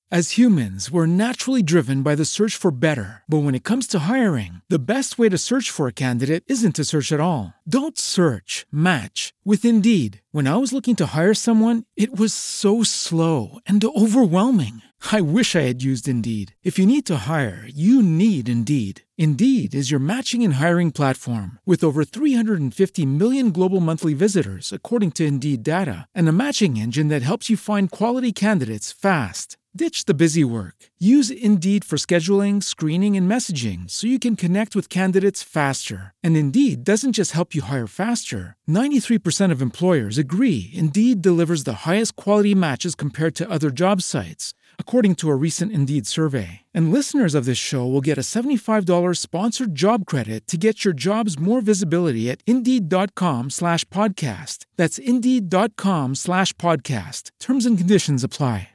As humans, we're naturally driven by the search for better. But when it comes to hiring, the best way to search for a candidate isn't to search at all. Don't search, match with Indeed. When I was looking to hire someone, it was so slow and overwhelming. I wish I had used Indeed. If you need to hire, you need Indeed. Indeed is your matching and hiring platform with over 350 million global monthly visitors, according to Indeed data, and a matching engine that helps you find quality candidates fast. Ditch the busy work. Use Indeed for scheduling, screening, and messaging so you can connect with candidates faster. And Indeed doesn't just help you hire faster. 93% of employers agree Indeed delivers the highest quality matches compared to other job sites, according to a recent Indeed survey. And listeners of this show will get a $75 sponsored job credit to get your jobs more visibility at Indeed.com/podcast. That's Indeed.com/podcast. Terms and conditions apply.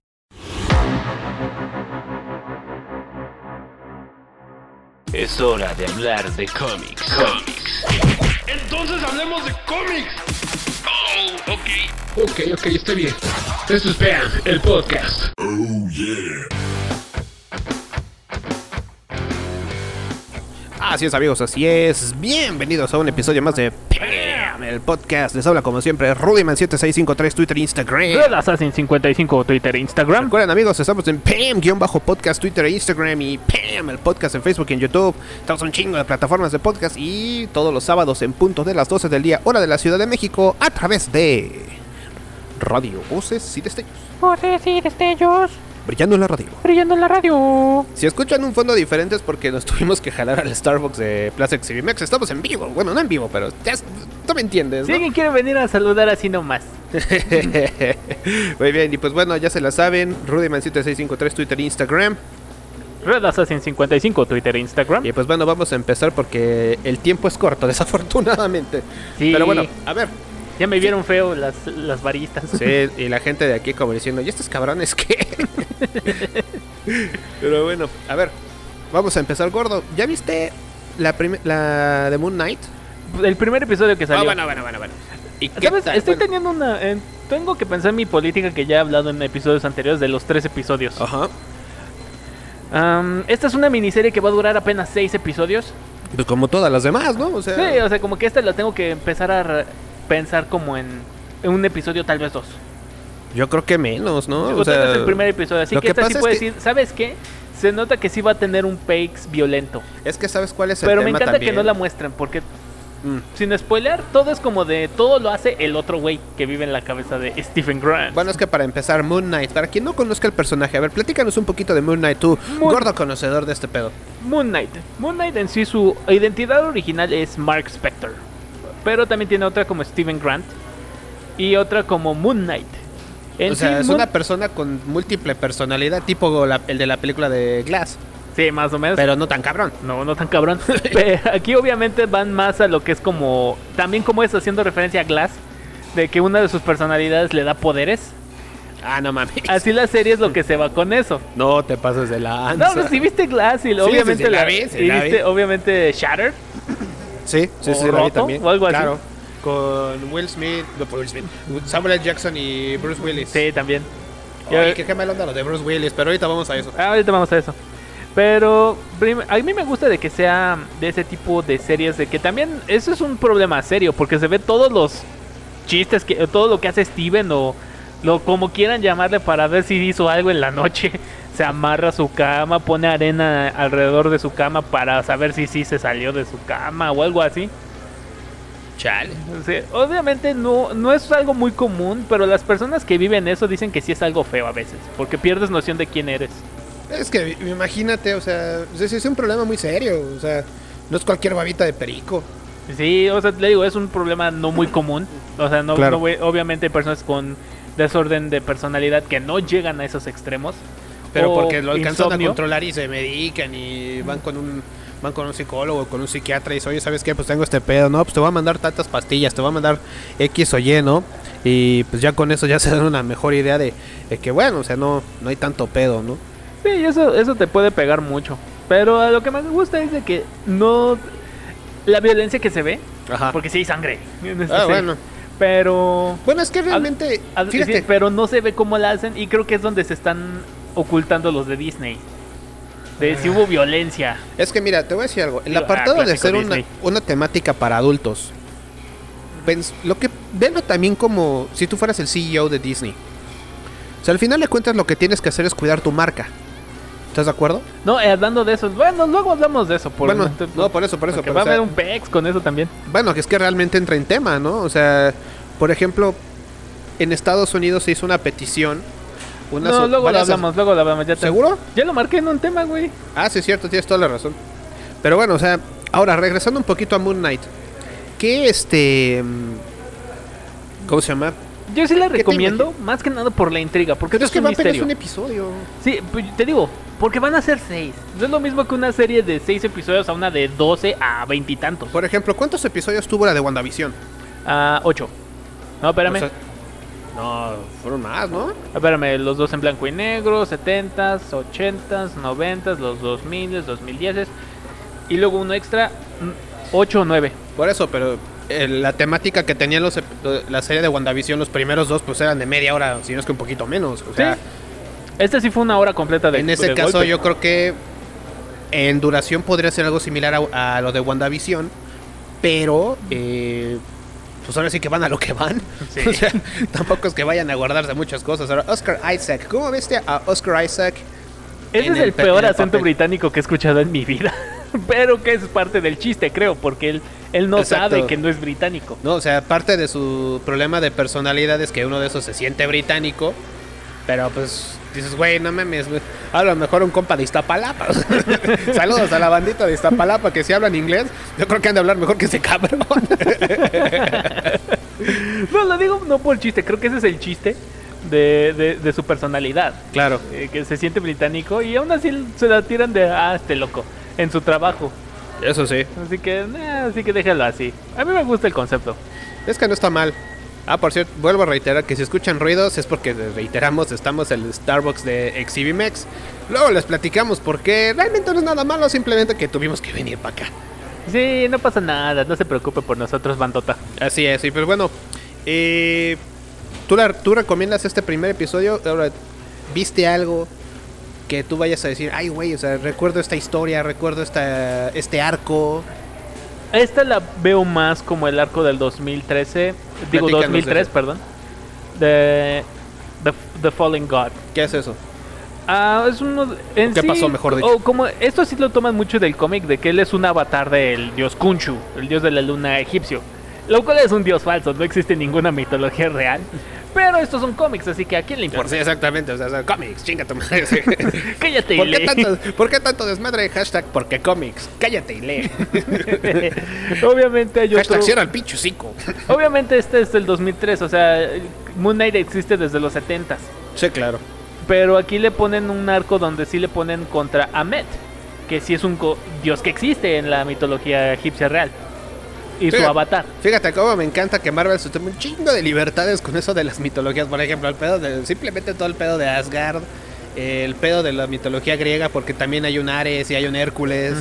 Es hora de hablar de cómics. Entonces hablemos de cómics. Oh, ok, está bien. Esto es Bam, el podcast. Oh, yeah. Así es, amigos, así es. Bienvenidos a un episodio más de Bam, el podcast. Les habla como siempre Rudyman7653, Twitter, Instagram. Red Assassin 55, Twitter e Instagram. Recuerden, amigos, estamos en Pam-podcast, Twitter e Instagram, y Pam, el podcast en Facebook y en YouTube. Estamos en un chingo de plataformas de podcast y todos los sábados en punto de las 12 del día, hora de la Ciudad de México, a través de Radio Voces y Destellos. Voces y destellos. Brillando en la radio. Brillando en la radio. Si escuchan un fondo diferente es porque nos tuvimos que jalar al Starbucks de Plaza Exhibimex. Estamos en vivo. Bueno, no en vivo, pero ya tú me entiendes, ¿no? Si alguien quiere venir a saludar así nomás. Muy bien, y pues bueno, ya se la saben. Rudyman7653, Twitter e Instagram. Red Assassin 55, Twitter e Instagram. Y pues bueno, vamos a empezar porque el tiempo es corto, desafortunadamente. Sí. Pero bueno, a ver. Ya me vieron feo las baristas. Sí, y la gente de aquí como diciendo, ¿y estos cabrones qué? Pero bueno, a ver, vamos a empezar, gordo. ¿Ya viste la de Moon Knight? El primer episodio que salió. Bueno. ¿Y qué ¿Sabes? tal? Estoy Bueno. teniendo tengo que pensar en mi política que ya he hablado en episodios anteriores de los 3 episodios. Ajá. Esta es una miniserie que va a durar apenas 6 episodios. Pues como todas las demás, ¿no? O sea, Sí, o sea, como que esta la tengo que empezar a pensar como en un episodio, tal vez 2. yo creo que menos, ¿no? O sea, es el primer episodio, así lo que que esta sí pasa puede es que- decir, ¿sabes qué? Se nota que sí va a tener un pace violento. Es que ¿sabes cuál es el Pero tema me encanta también? que no la muestren, porque sin spoiler, todo es como de todo lo hace el otro güey que vive en la cabeza de Stephen Grant. Bueno, es que para empezar, Moon Knight, para quien no conozca el personaje, a ver, platícanos un poquito de Moon Knight, tú, gordo conocedor de este pedo. Moon Knight en sí, su identidad original es Mark Spector, pero también tiene otra como Stephen Grant y otra como Moon Knight. O sea, es una persona con múltiple personalidad, tipo el de la película de Glass, Sí, más o menos. pero no tan cabrón. No tan cabrón. Pero aquí obviamente van más a lo que es como... También como es haciendo referencia a Glass, de que una de sus personalidades le da poderes. Ah, no mames. Así la serie es lo que se va con eso. No te pases de la No, pues si viste Glass y obviamente sí, la vi, sí, y la viste vi. obviamente Shattered. Sí, o la vi Roto, también. o algo así. Claro. Con Will Smith, Samuel L. Jackson y Bruce Willis. Sí, también. Oye, qué mal onda lo de Bruce Willis, pero ahorita vamos a eso. Ahorita vamos a eso. Pero a mí me gusta de que sea de ese tipo de series, de que también eso es un problema serio, porque se ve todos los chistes, todo lo que hace Steven o como quieran llamarle, para ver si hizo algo en la noche. Se amarra a su cama, pone arena alrededor de su cama para saber si sí se salió de su cama o algo así. Chale. O sea, obviamente no es algo muy común, pero las personas que viven eso dicen que sí es algo feo a veces, porque pierdes noción de quién eres. Es que imagínate, o sea, es un problema muy serio, o sea, no es cualquier babita de perico. Sí, o sea, le digo, es un problema no muy común. O sea, Claro. obviamente hay personas con desorden de personalidad que no llegan a esos extremos. Pero O porque lo alcanzan insomnio. a controlar y se medican y van con un psicólogo, con un psiquiatra y dicen, oye, ¿sabes qué? Pues tengo este pedo, ¿no? Pues te voy a mandar tantas pastillas, te voy a mandar X o Y, ¿no? Y pues ya con eso ya se dan una mejor idea de que, bueno, o sea, no hay tanto pedo, ¿no? Sí, eso te puede pegar mucho. Pero a lo que más me gusta es de que no... La violencia que se ve, Ajá. porque sí hay sangre en esta serie. Bueno. Pero... Bueno, es que realmente, fíjate. Sí, pero no se ve cómo la hacen, y creo que es donde se están ocultando los de Disney. De si hubo violencia. Es que mira, te voy a decir algo. El Digo, apartado de clásico ser Disney. una temática para adultos, venlo también como si tú fueras el CEO de Disney. O sea, al final de cuentas lo que tienes que hacer es cuidar tu marca. ¿Estás de acuerdo? No, hablando de eso, bueno, luego hablamos de eso. Bueno, no, por eso. Porque pero, va a o sea, haber un PEX con eso también. Bueno, que es que realmente entra en tema, ¿no? O sea, por ejemplo, en Estados Unidos se hizo una petición. No, luego lo hablamos. ¿Seguro? Ya lo marqué en un tema, güey. Ah, sí, es cierto, tienes toda la razón. Pero bueno, o sea, ahora regresando un poquito a Moon Knight. ¿Qué ¿cómo se llama? Yo sí la te recomiendo, más que nada por la intriga, porque Pero es esto que es va un apenas misterio. un episodio. Sí, pues, te digo, porque van a ser 6. No es lo mismo que una serie de 6 episodios a una de 12 a 20 y tantos. Por ejemplo, ¿cuántos episodios tuvo la de WandaVision? 8. No, espérame. O sea, no, fueron más, ¿no? Espérame, los dos en blanco y negro, 70s, 80s, 90s, los 2000s, 2010s. Y luego uno extra, 8 o 9. Por eso, pero la temática que tenían la serie de WandaVision, los primeros dos, pues eran de media hora, si no es que un poquito menos. O sea, Este sí fue una hora completa de en ese de caso golpe. yo creo que en duración podría ser algo similar a lo de WandaVision, pero pues ahora sí que van a lo que van. Sí. O sea, tampoco es que vayan a guardarse muchas cosas. Ahora, Oscar Isaac, ¿cómo viste a Oscar Isaac? Ese en es el pe- peor en el acento papel? británico que he escuchado en mi vida. Pero que es parte del chiste, creo, porque él no Exacto. sabe que no es británico. No, o sea, parte de su problema de personalidad es que uno de esos se siente británico, pero pues dices, güey, no mames, güey. A lo mejor un compa de Iztapalapa. Saludos a la bandita de Iztapalapa que si hablan inglés, yo creo que han de hablar mejor que ese cabrón. No, lo digo no por chiste, creo que ese es el chiste de su personalidad. Claro. Que se siente británico y aún así se la tiran de, este loco, en su trabajo. Eso sí. Así que déjalo así. A mí me gusta el concepto. Es que no está mal. Ah, por cierto, vuelvo a reiterar que si escuchan ruidos es porque, reiteramos, estamos en el Starbucks de Exhibimex. Luego les platicamos porque realmente no es nada malo, simplemente que tuvimos que venir para acá. Sí, no pasa nada, no se preocupe por nosotros, bandota. Así es, y pues bueno, ¿tú recomiendas este primer episodio? Ahora, ¿viste algo que tú vayas a decir, ay güey, o sea, recuerdo esta historia, recuerdo este arco? Esta la veo más como el arco del 2013, digo Platícanos 2003, de eso. perdón. De The Fallen God. ¿Qué es eso? Es uno en ¿Qué sí, pasó, mejor dicho? o como esto sí lo toman mucho del cómic, de que él es un avatar del dios Khonshu, el dios de la luna egipcio, lo cual es un dios falso, no existe ninguna mitología real. Pero estos son cómics, así que ¿a quién le Por importa? sí, exactamente, o sea, cómics, chinga tu madre. Cállate y ¿Por lee. ¿Por qué tanto desmadre? Hashtag porque cómics, cállate y lee. Obviamente hay otro. Hashtag cierra el pinche hocico. Obviamente este es del 2003, o sea, Moon Knight existe desde los 70s. Sí, claro. Pero aquí le ponen un arco donde sí le ponen contra Amet, que sí es un dios que existe en la mitología egipcia real. Y su Fíjate. avatar. Fíjate cómo me encanta que Marvel se tome un chingo de libertades con eso de las mitologías. Por ejemplo, simplemente todo el pedo de Asgard, el pedo de la mitología griega, porque también hay un Ares y hay un Hércules.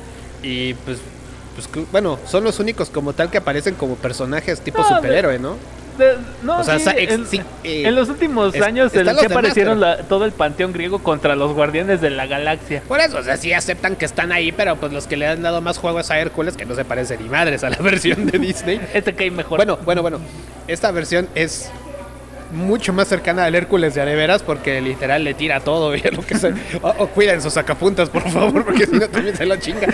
Y pues, bueno, son los únicos como tal que aparecen como personajes tipo No, superhéroe, ¿no? No, O sea, sí, en los últimos años están los sí demás, aparecieron pero- todo el panteón griego contra los guardianes de la galaxia. Por eso, o sea, sí aceptan que están ahí, pero pues los que le han dado más juego es a Hércules, que no se parece ni madres a la versión de Disney. Este cae mejor. Bueno. Esta versión es mucho más cercana al Hércules de veras porque literal le tira todo y a lo que sea. O cuiden sus sacapuntas, por favor, porque si no también se lo chinga.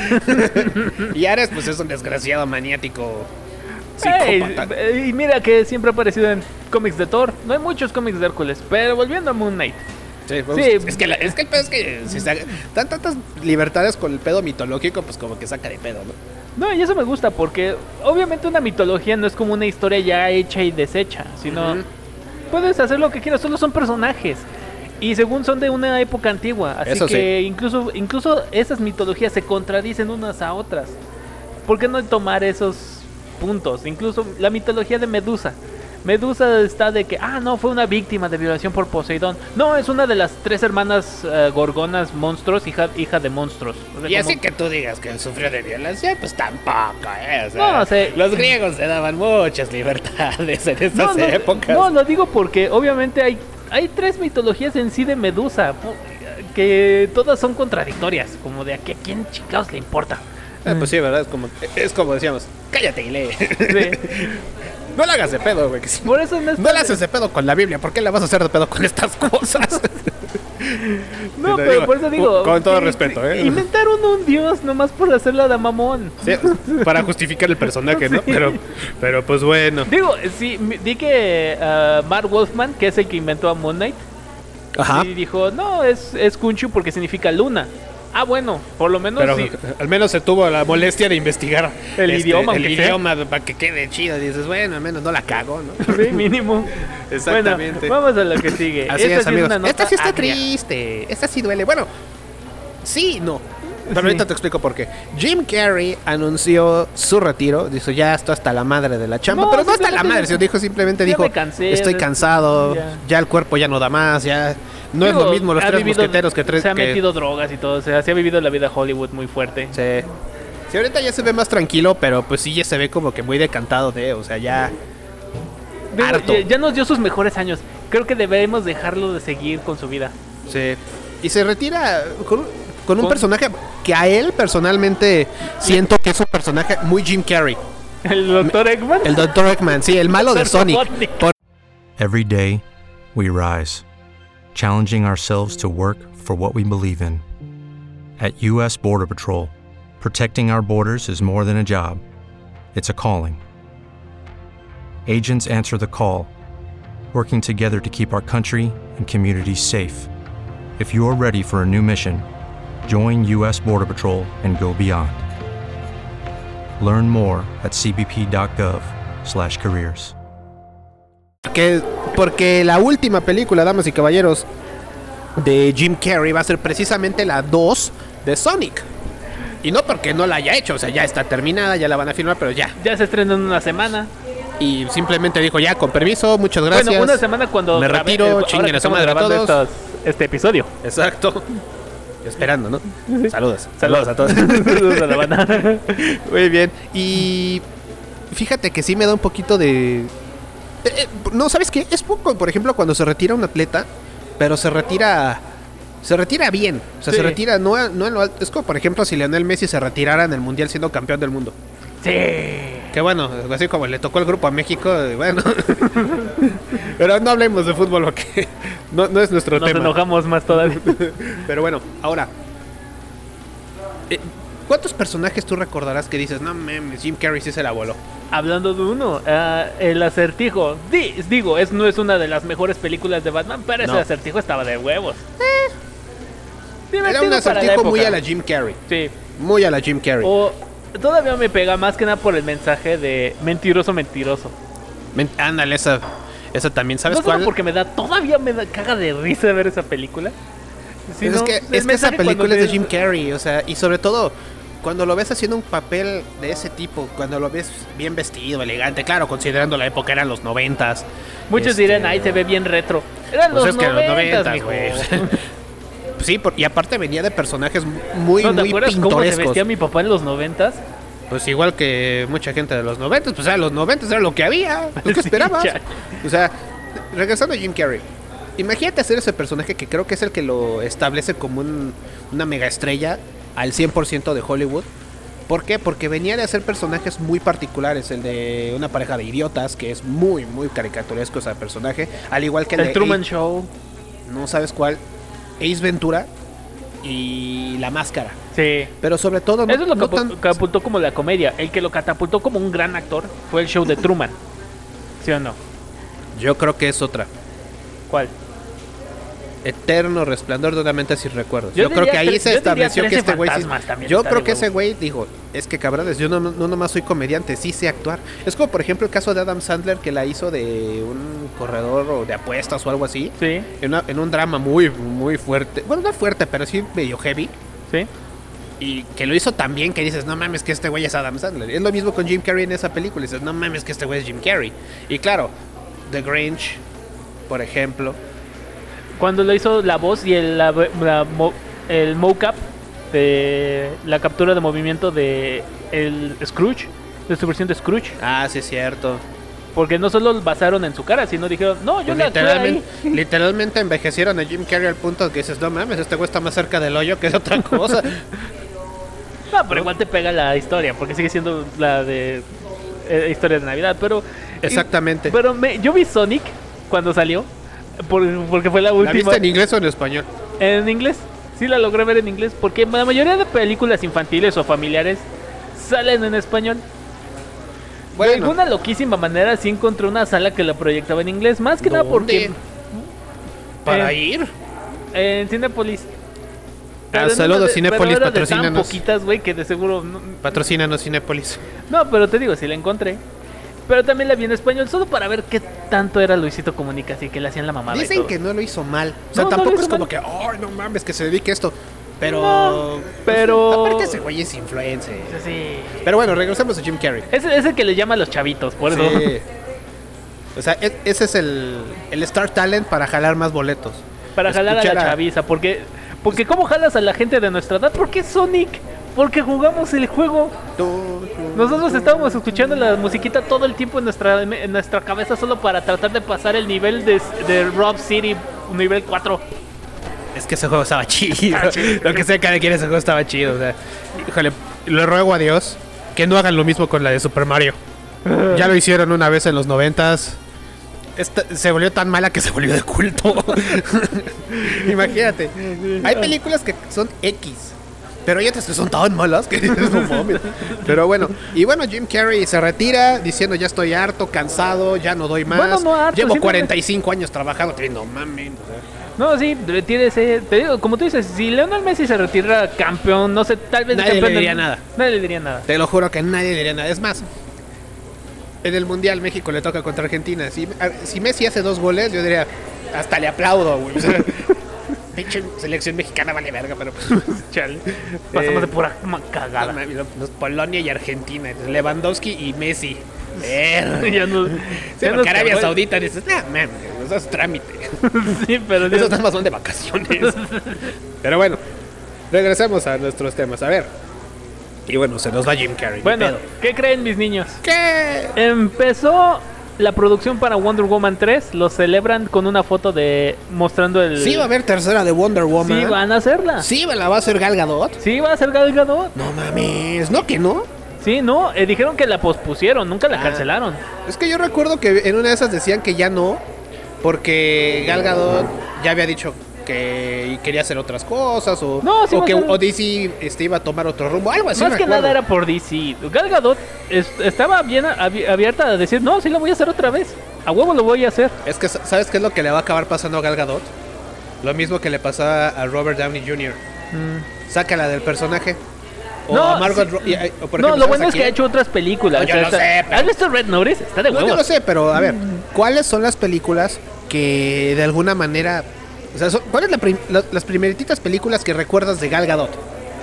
Y Ares, pues es un desgraciado maniático psicópata. Y mira que siempre ha aparecido en cómics de Thor. No hay muchos cómics de Hércules, pero volviendo a Moon Knight. Sí, pues, Sí. es que el pedo es que si se dan tantas libertades con el pedo mitológico, pues como que saca de pedo, ¿no? No, y eso me gusta porque obviamente una mitología no es como una historia ya hecha y deshecha, sino puedes hacer lo que quieras, solo son personajes. Y según son de una época antigua, así Eso que incluso esas mitologías se contradicen unas a otras. ¿Por qué no tomar esos puntos? Incluso la mitología de Medusa. Medusa está de que, no, fue una víctima de violación por Poseidón. No, es una de las 3 hermanas gorgonas monstruos, hija de monstruos. O sea, Y como- así que tú digas que sufrió de violación, pues tampoco, ¿eh? O sea, No, sé. los griegos se daban muchas libertades en esas épocas. No, lo digo porque obviamente hay 3 mitologías en sí de Medusa. que todas son contradictorias, como de a quién chingados le importa. Pues sí, ¿verdad? Es como decíamos, cállate y lee. Sí. No le hagas de pedo, güey. Por eso no le haces de pedo con la Biblia. ¿Por qué le vas a hacer de pedo con estas cosas? No, pero por eso digo. Con todo respeto, ¿eh? Inventaron un dios nomás por hacerla de mamón. Sí, para justificar el personaje, ¿no? Sí. Pero pues bueno. Digo, sí, di que Mark Wolfman, que es el que inventó a Moon Knight, Ajá. y dijo, no, es Khonshu porque significa luna. Ah, bueno, por lo menos Pero sí. al menos se tuvo la molestia de investigar El idioma, el aunque sea. idioma para que quede chido. Y dices, bueno, al menos no la cago, ¿no? Sí, mínimo. Exactamente. Bueno, vamos a lo que sigue. Así Esta es, sí amigos. una nota Esta sí está agria. triste. Esta sí duele. Bueno, sí, no. Pero Sí. ahorita te explico por qué. Jim Carrey anunció su retiro. Dijo, ya estoy hasta la madre de la chamba. No, pero no hasta la simplemente madre. dijo, Simplemente ya dijo, me cansé, estoy cansado. ya. Ya el cuerpo ya no da más. Ya no es Digo, lo mismo los ha tres vivido- mosqueteros que tres. Se ha que- metido drogas y todo. O sea, se ha vivido la vida Hollywood muy fuerte. Sí. Sí, ahorita ya se ve más tranquilo, pero pues sí ya se ve como que muy decantado o sea, ya Digo, harto. ya nos dio sus mejores años. Creo que debemos dejarlo de seguir con su vida. Sí. Y se retira con un Con- personaje que a él personalmente siento que es un personaje muy Jim Carrey. El Dr. Eggman. El Dr. Eggman, sí, el malo de Sonic. Por- Every day, we rise, challenging ourselves to work for what we believe in. At U.S. Border Patrol, protecting our borders is more than a job, it's a calling. Agents answer the call, working together to keep our country and communities safe. If you are ready for a new mission, join U.S. Border Patrol and go beyond. Learn more at cbp.gov/careers. Porque la última película, damas y caballeros, de Jim Carrey va a ser precisamente la 2 de Sonic. Y no porque no la haya hecho, o sea, ya está terminada, ya la van a filmar, pero ya. Ya se estrena en una semana. Y simplemente dijo, ya, con permiso, muchas gracias. Bueno, una semana cuando me retiro, ahora chinguen que a su estamos madre a grabando todos. este episodio. Exacto. Esperando, ¿no? Saludos. Saludos a todos. Saludos a la banda. Muy bien. Y fíjate que sí me da un poquito de... no, ¿sabes qué? Es poco, por ejemplo, cuando se retira un atleta, pero se retira bien. O sea, Sí. se retira no en lo alto. Es como, por ejemplo, si Lionel Messi se retirara en el Mundial siendo campeón del mundo. Sí. Que bueno, así como le tocó el grupo a México, bueno. Pero no hablemos de fútbol porque no es nuestro Nos tema. enojamos más todavía. Pero bueno, ahora, ¿cuántos personajes tú recordarás que dices, no mames, Jim Carrey sí se la voló? Hablando de uno, el Acertijo. Digo, no es una de las mejores películas de Batman, pero No. ese Acertijo estaba de huevos. Era Divertido un para la acertijo muy época. a la Jim Carrey. Sí. Muy a la Jim Carrey. O todavía me pega más que nada por el mensaje de mentiroso, mentiroso. Ándale, esa también, ¿sabes No solo cuál? porque todavía me da caga de risa ver esa película. Pues sino es el que esa mensaje película cuando es de ves- Jim Carrey, o sea, y sobre todo cuando lo ves haciendo un papel de ese tipo, cuando lo ves bien vestido, elegante, claro, considerando la época eran los 90s. Muchos dirán, ay, se ve bien retro. Eran Pues los es que en los 90, 90s, mijo. güey. Sí, y aparte venía de personajes muy, ¿No te muy acuerdas cómo se pintorescos. vestía mi papá en los 90s? Pues igual que mucha gente de los 90s, pues los 90s era lo que había. ¿Tú qué Sí, esperabas? ya. O sea, regresando a Jim Carrey. Imagínate hacer ese personaje que creo que es el que lo establece como una mega estrella al 100% de Hollywood. ¿Por qué? Porque venía de hacer personajes muy particulares. El de una pareja de idiotas, que es muy, muy caricaturesco ese personaje. Al igual que el El de Truman Show. no sabes cuál, Ace Ventura y La Máscara. Sí. Pero sobre todo Eso es lo que no tan- catapultó como la comedia. El que lo catapultó como un gran actor fue el show de Truman. ¿Sí o no? Yo creo que es otra. ¿Cuál? Eterno resplandor de una mente sin recuerdos. Yo Yo creo diría que ahí se yo diría estableció que 13 este güey sí- fantasmas también Yo está creo de que ese huevos. güey dijo, es que cabrones, yo no nomás soy comediante, sí sé actuar. Es como por ejemplo el caso de Adam Sandler que la hizo de un corredor o de apuestas o algo así. Sí, En un drama muy, muy fuerte. Bueno, no fuerte, pero sí medio heavy. sí. Y que lo hizo tan bien que dices, no mames que este güey es Adam Sandler. Es lo mismo con Jim Carrey en esa película. Dices, no mames que este güey es Jim Carrey. Y claro, The Grinch, por ejemplo. Cuando lo hizo la voz y el mocap de la captura de movimiento de el Scrooge, de su versión de Scrooge. Ah, sí es cierto. Porque no solo basaron en su cara, sino dijeron, no, yo Pues la actué ahí. literalmente envejecieron a Jim Carrey al punto que dices, no mames, este güey está más cerca del hoyo que de otra cosa. No, pero igual te pega la historia, porque sigue siendo la de historia de Navidad, pero... Exactamente. Pero yo vi Sonic cuando salió, porque fue la ¿La última... viste en inglés o en español? En inglés, sí la logré ver en inglés, porque la mayoría de películas infantiles o familiares salen en español. De alguna loquísima manera sí encontré una sala que la proyectaba en inglés, más que nada porque... ¿Para ir? En Cinépolis. Saludos, Cinépolis, tan patrocínanos. poquitas, güey, que de seguro... Patrocínanos, Cinépolis. No, pero te digo, sí la encontré. Pero también la vi en español, solo para ver qué tanto era Luisito Comunica, así que le hacían la mamada. Dicen que no lo hizo mal. O sea, No, no tampoco lo es hizo como mal. que, oh, no mames, que se dedique a esto. Pero... No, pero- Aparte ese güey es influencer. Sí. Pero bueno, regresemos a Jim Carrey. Es el que le llama a los chavitos, por eso. Sí. O sea, ese es el Star Talent para jalar más boletos. Para jalar a Escuchar la chaviza, porque ¿cómo jalas a la gente de nuestra edad? Porque Sonic, porque jugamos el juego. Nosotros estábamos escuchando la musiquita todo el tiempo en nuestra cabeza solo para tratar de pasar el nivel de Rob City, nivel 4. Es que ese juego estaba chido. Lo que sea cada quien, ese juego estaba chido. O sea, híjole, le ruego a Dios que no hagan lo mismo con la de Super Mario. Ya lo hicieron una vez en los 90s. Se volvió tan mala que se volvió de culto. Imagínate. Hay películas que son X, pero hay otras que son tan malas que dices, no mames. Pero bueno, Jim Carrey se retira diciendo ya estoy harto, cansado, ya no doy más. Bueno, no harto, Llevo simplemente- 45 años trabajando. No mames. O sea, No, sí, retírese. Te digo, como tú dices, si Lionel Messi se retira campeón, no sé, tal vez Nadie le campeón diría nada. Nadie le diría nada. te lo juro que nadie diría nada. Es más, en el Mundial México le toca contra Argentina. Si Messi hace 2 goles, yo diría, hasta le aplaudo, güey. O sea, pinche selección mexicana vale verga, pero pues, Chale. Pasamos de pura cagada. los Polonia y Argentina, Lewandowski y Messi. Ya no, Sí, ya porque nos Arabia cagó. Saudita dices, mames, eso es trámite. Sí, pero Esos nada más son de vacaciones. Pero bueno, regresemos a nuestros temas. A ver. Y bueno, se nos va Jim Carrey. ni Bueno, pedo. ¿qué creen mis niños? ¿Qué? Empezó la producción para Wonder Woman 3, lo celebran con una foto de mostrando el... Sí va a haber tercera de Wonder Woman. Sí, van a hacerla. Sí, la va a hacer Gal Gadot. Sí, va a ser Gal Gadot. No mames, no que no. Sí, no, dijeron que la pospusieron, nunca la cancelaron. Es que yo recuerdo que en una de esas decían que ya no, porque Gal Gadot ya había dicho que quería hacer otras cosas o, No, sí o va a que ser- o DC iba a tomar otro rumbo, algo así. Más me que acuerdo. nada era por DC. Gal Gadot estaba bien abierta a decir, no, sí la voy a hacer otra vez. A huevo lo voy a hacer. Es que ¿sabes qué es lo que le va a acabar pasando a Gal Gadot? Lo mismo que le pasaba a Robert Downey Jr. Sácala del personaje. O No, a Margot sí. o por No, ejemplo, lo bueno ¿sabes es que ha a quién? hecho otras películas. No, yo lo sé, pero- ¿Has visto Red Notice? Está de No, huevos. yo lo sé, pero a ver, ¿cuáles son las películas que de alguna manera... O sea, ¿cuáles las primerititas películas que recuerdas de Gal Gadot?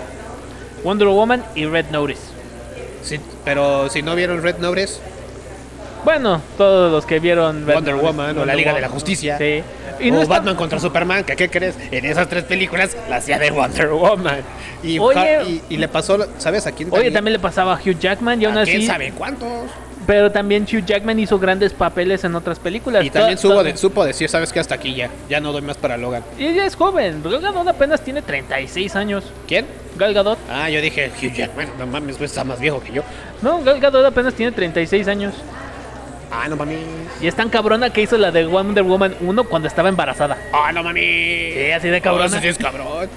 Wonder Woman y Red Notice. Sí, pero si no vieron Red Notice, Bueno, todos los que vieron Red Wonder Notice, Woman o la Liga de la Justicia. Sí. Y o no está- Batman contra Superman, que ¿qué crees? En esas 3 películas la hacía de Wonder Woman. Y, Oye. y le pasó, ¿sabes a quién? Oye, también le pasaba a Hugh Jackman y aún ¿A quién así. sabe cuántos? Pero también Hugh Jackman hizo grandes papeles en otras películas. Y también Toda- supo decir, ¿sabes qué? Hasta aquí ya no doy más para Logan. Y ella es joven. Gal Gadot apenas tiene 36 años. ¿Quién? Gal Gadot. Ah, yo dije, Hugh Jackman, no mames, güey, está más viejo que yo. No, Gal Gadot apenas tiene 36 años. Ah, no mames. Y es tan cabrona que hizo la de Wonder Woman 1 cuando estaba embarazada. Ah, no mames. Sí, así de cabrona. Eso sí es cabrón.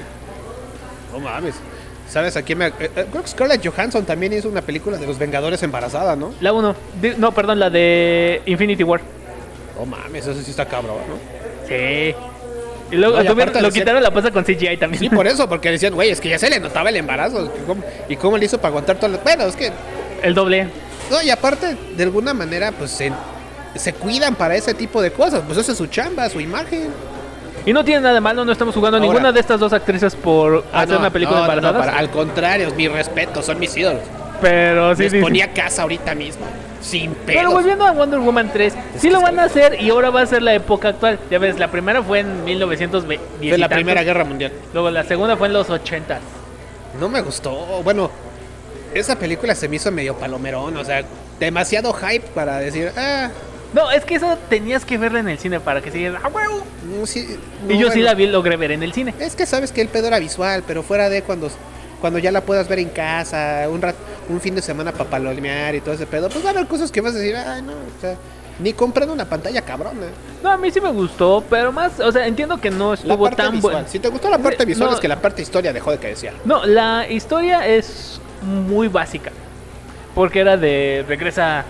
No mames. ¿Sabes a quién creo que Scarlett Johansson también hizo una película de los Vengadores embarazada, ¿no? La 1. No, perdón, la de Infinity War. No mames, eso sí está cabrón, ¿no? Sí. Y luego No, y aparte lo decían- quitaron la pasa con CGI también. Sí, por eso, porque decían, güey, es que ya se le notaba el embarazo. ¿Y cómo le hizo para aguantar todo? Bueno, es que... El doble. No, y aparte, de alguna manera, pues se cuidan para ese tipo de cosas. Pues esa es su chamba, su imagen. Y no tiene nada de malo, no estamos jugando a Ahora- ninguna de estas dos actrices por hacer una película embarazada. al contrario, mi respeto, son mis ídolos. Pero sí, Les sí. ponía casa ahorita mismo, sin Pero pedos. volviendo a Wonder Woman 3, sí lo van a hacer y ahora va a ser la época actual. Ya ves, la primera fue en 1910. De la Primera Guerra Mundial. Luego la segunda fue en los 80. No me gustó. Bueno, esa película se me hizo medio palomerón. O sea, demasiado hype para decir, No, es que eso tenías que verla en el cine para que siguieras, ¡ah, huevo! no, sí, Y yo sí bueno, la vi, logré ver en el cine. Es que sabes que el pedo era visual, pero fuera de cuando ya la puedas ver en casa, un fin de semana para palomear y todo ese pedo, pues va a haber cosas que vas a decir, ay, no, o sea, ni comprando una pantalla cabrona. No, a mí sí me gustó, pero más, o sea, entiendo que no La estuvo parte tan visual. buena. Si te gustó la parte visual, No. es que la parte historia dejó de que decía. No, la historia es muy básica. Porque era de regresa,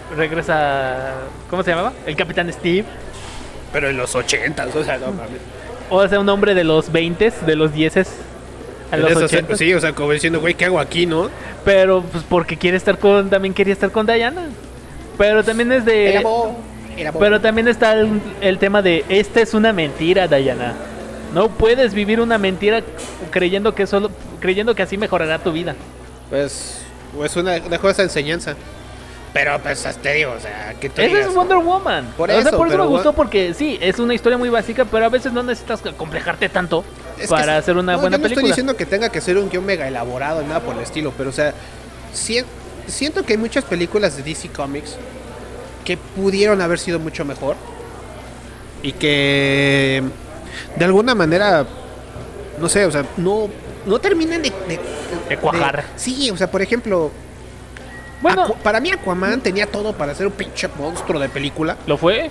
¿cómo se llamaba? El Capitán Steve. Pero en los 80s, o sea, no mames. O sea, un hombre de los 20s, de los 10s a los Eso, 80s. sí, o sea, como diciendo, güey, ¿qué hago aquí, no? Pero pues porque también quería estar con Diana. Pero también es Era de... bo. Pero también está el tema de, esta es una mentira, Diana. No puedes vivir una mentira creyendo que así mejorará tu vida. Pues dejó esa enseñanza. Pero pues te digo, o sea, que te Esa es Wonder Woman. Por O sea, eso, por eso pero me gustó, porque sí, es una historia muy básica, pero a veces no necesitas complejarte tanto para hacer una buena yo no película. estoy diciendo que tenga que ser un guión mega elaborado, nada por el estilo, pero o sea, siento que hay muchas películas de DC Comics que pudieron haber sido mucho mejor y que de alguna manera, no sé, o sea, no terminan de cuajar. Sí, o sea, por ejemplo, Bueno, para mí Aquaman tenía todo para ser un pinche monstruo de película. ¿lo fue?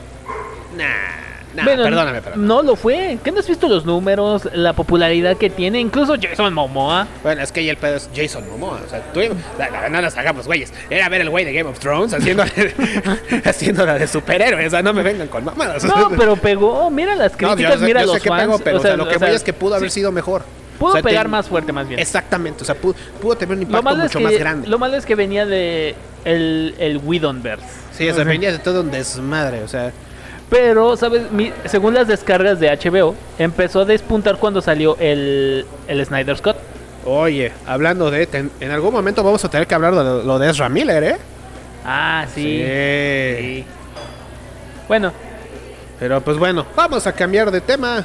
Nah, Bueno, perdóname. No lo fue. ¿Qué no has visto los números, la popularidad que tiene? Incluso Jason Momoa. Bueno, es que ahí el pedo es Jason Momoa. O sea, no nos hagamos güeyes. Era ver el güey de Game of Thrones haciéndola de superhéroe. O sea, no me vengan con mamadas. No, pero pegó. Mira las críticas, mira yo los sé que fans. pegó, pero o sea, lo que voy es que pudo haber sí, sido mejor. Pudo O sea, pegar más fuerte, más bien. Exactamente, o sea, pudo tener un Lo impacto malo, mucho más grande. lo malo es que venía de el Whedonverse. Sí, o sea, venía de todo un desmadre, o sea. Pero, ¿sabes? Según las descargas de HBO, empezó a despuntar cuando salió el Snyder's Cut. Oye, hablando de... en algún momento vamos a tener que hablar de lo de Ezra Miller, ¿eh? Ah, sí. Sí. Bueno, Pero pues bueno, vamos a cambiar de tema.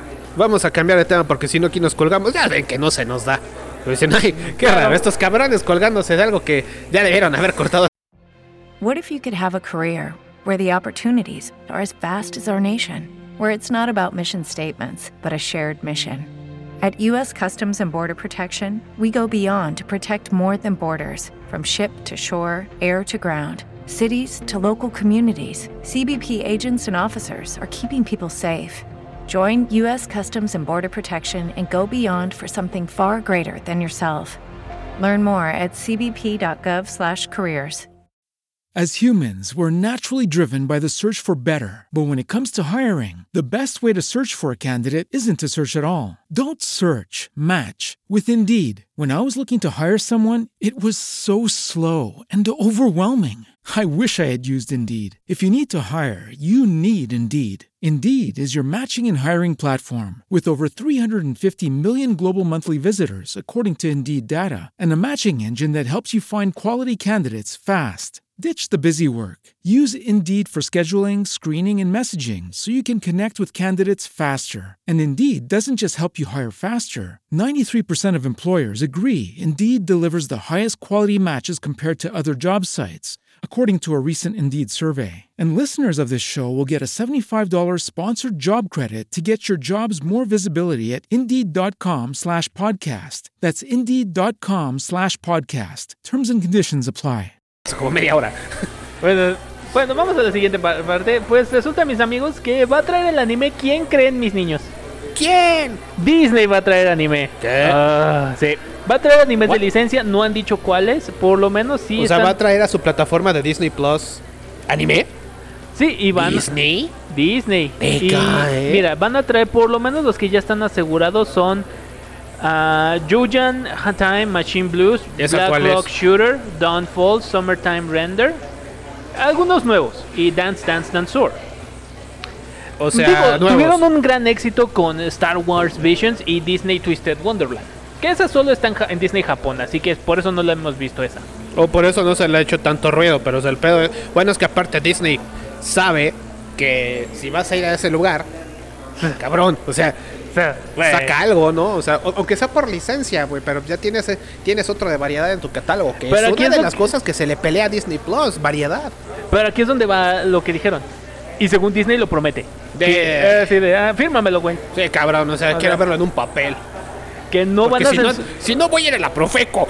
Porque si no aquí nos colgamos. Ya ven que no se nos da. Pero dicen, ay, qué raro, estos cabrones colgándose de algo que ya debieron haber cortado. What if you could have a career where the opportunities are as vast as our nation, where it's not about mission statements, but a shared mission? At U.S. Customs and Border Protection, we go beyond to protect more than borders, from ship to shore, air to ground, cities to local communities. CBP agents and officers are keeping people safe. Join U.S. Customs and Border Protection and go beyond for something far greater than yourself. Learn more at cbp.gov/careers. As humans, we're naturally driven by the search for better. But when it comes to hiring, the best way to search for a candidate isn't to search at all. Don't search, match with Indeed. When I was looking to hire someone, it was so slow and overwhelming. I wish I had used Indeed. If you need to hire, you need Indeed. Indeed is your matching and hiring platform with over 350 million global monthly visitors, according to Indeed data, and a matching engine that helps you find quality candidates fast. Ditch the busy work. Use Indeed for scheduling, screening, and messaging so you can connect with candidates faster. And Indeed doesn't just help you hire faster. 93% of employers agree Indeed delivers the highest quality matches compared to other job sites, according to a recent Indeed survey. And listeners of this show will get a $75 sponsored job credit to get your jobs more visibility at Indeed.com/podcast. That's Indeed.com/podcast. Terms and conditions apply. Como media hora. bueno, vamos a la siguiente parte. Pues resulta, mis amigos, que va a traer el anime. ¿Quién creen, mis niños? ¿Quién? Disney va a traer anime. ¿Qué? Sí. Va a traer animes de licencia. No han dicho cuáles. Por lo menos sí. O sea, va a traer a su plataforma de Disney Plus anime. Sí, y van. Disney. Y, mira, van a traer por lo menos los que ya están asegurados son Jujan Time Machine Blues, Black Rock Shooter, Dawnfall, Summertime Render, algunos nuevos y Dance Dance Dancer. O sea, tuvieron un gran éxito con Star Wars Visions y Disney Twisted Wonderland, que esa solo está en Disney Japón, así que por eso no la hemos visto esa. O por eso no se le ha hecho tanto ruido, pero o sea, el pedo es, bueno, es que aparte Disney sabe que si vas a ir a ese lugar, cabrón, o sea, O sea, güey. Saca algo, ¿no? O sea, aunque sea por licencia, güey, pero ya tienes otro de variedad en tu catálogo, que Pero es aquí una es de lo las cosas que se le pelea a Disney Plus, variedad. Pero aquí es donde va lo que dijeron. Y según Disney lo promete. Fírmamelo, güey. Sí, cabrón, o sea, quiero verlo en un papel. Que no Porque van a si no voy a ir a la Profeco.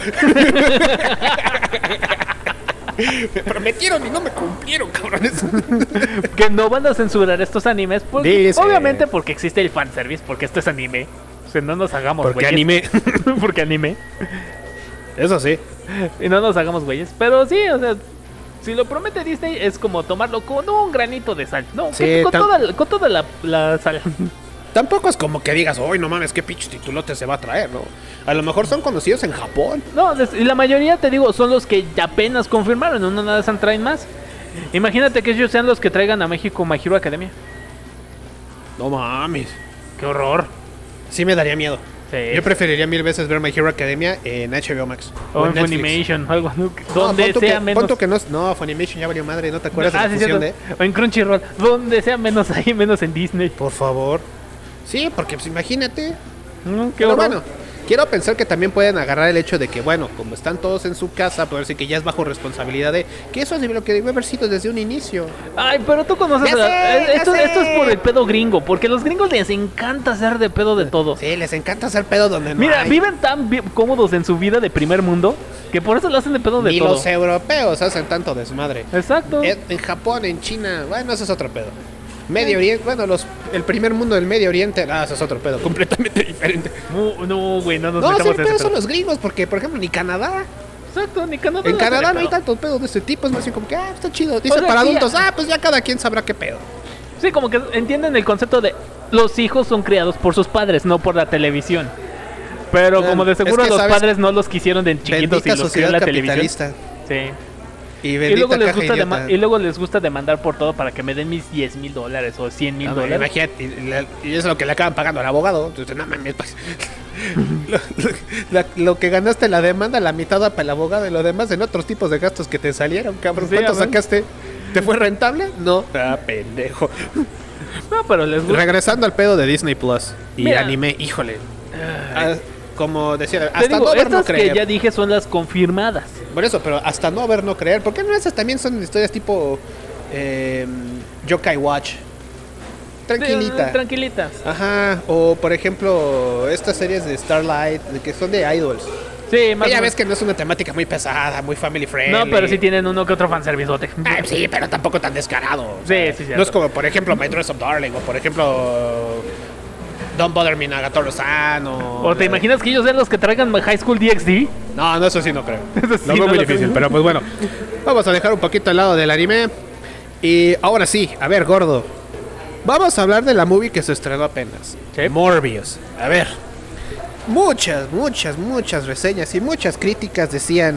Me prometieron y no me cumplieron, cabrones. que no van a censurar estos animes. Dice. Obviamente porque existe el fanservice, porque esto es anime. O sea, no nos hagamos Porque güeyes. anime. Porque anime. Eso sí. Y no nos hagamos güeyes. Pero sí, o sea, si lo promete Disney es como tomarlo con un granito de sal. No, Sí, con toda la sal. Tampoco es como que digas, uy, no mames, qué pinche titulote se va a traer, ¿no? A lo mejor son conocidos en Japón. No, y la mayoría, te digo, son los que apenas confirmaron. No nada de traen más. Imagínate que ellos sean los que traigan a México My Hero Academia. No mames. ¡Qué horror! Sí me daría miedo. Sí. Yo preferiría 1000 veces ver My Hero Academia en HBO Max. O en Netflix. Funimation, o algo. No, Donde sea menos. Punto que no, Funimation ya valió madre, ¿no te acuerdas de la sí, fusión cierto. de? O en Crunchyroll. Donde sea menos ahí, menos en Disney. Por favor. Sí, porque pues imagínate. Qué Pero horror. bueno, quiero pensar que también pueden agarrar el hecho de que, bueno, como están todos en su casa, poder decir que ya es bajo responsabilidad de que eso es lo que debe haber sido desde un inicio. Ay, pero tú conoces Ya sé, esto ya sé. es por el pedo gringo, porque a los gringos les encanta hacer de pedo de todo. Sí, les encanta hacer pedo donde no Mira, hay. viven tan cómodos en su vida de primer mundo que por eso lo hacen de pedo de Ni todo. los europeos hacen tanto desmadre. Exacto. En Japón, en China, bueno, eso es otro pedo. Medio Oriente, bueno, el primer mundo del Medio Oriente, eso es otro pedo, completamente diferente. No, güey, no nos No, sí, metamos en pero ese son pedo. los gringos, porque, por ejemplo, ni Canadá. Exacto, ni Canadá. En lo hace Canadá de no hay pedo. tanto pedo de este tipo, es más bien como que, está chido. Dice O sea, para sí, adultos, pues ya cada quien sabrá qué pedo. Sí, como que entienden el concepto de los hijos son criados por sus padres, no por la televisión. Pero como de seguro es que, los ¿sabes? padres no los quisieron de chiquitos Bendita y los crió sociedad en la televisión. capitalista. Sí. Y Y bendita luego, les caja gusta idiota. y luego les gusta demandar por todo para que me den mis $10,000 o $100,000. Imagínate, y es lo que le acaban pagando al abogado. Entonces, no mames, pues. lo que ganaste en la demanda, la mitad va para el abogado y lo demás en otros tipos de gastos que te salieron, cabrón. Sí, ¿Cuánto a ver. sacaste? ¿Te fue rentable? No. Pendejo. No, pero les gusta. Regresando al pedo de Disney Plus y Mira. anime, híjole. Como decía, Te hasta digo, no ver no estas que creer. ya dije son las confirmadas. Por eso, pero hasta no ver no creer. ¿Por qué no esas también son historias tipo Yokai Watch? Tranquilita. Tranquilitas. Ajá, o por ejemplo, estas series de Starlight, que son de idols. Sí, más Ya o menos. ves que no es una temática muy pesada, muy family friendly. No, pero sí tienen uno que otro fanserviceote. Ay, sí, pero tampoco tan descarado. Sí, sí, cierto. No es como, por ejemplo, My Dress Up Darling, o por ejemplo, Don't Bother Me Nagatoro-san, ¿O te imaginas que ellos sean los que traigan High School DxD? No, eso sí no creo. Eso sí, Lo veo no muy lo difícil, creo. pero pues bueno. Vamos a dejar un poquito al lado del anime. Y ahora sí, a ver, gordo. Vamos a hablar de la movie que se estrenó apenas. Sí. Morbius. A ver. Muchas reseñas y muchas críticas decían...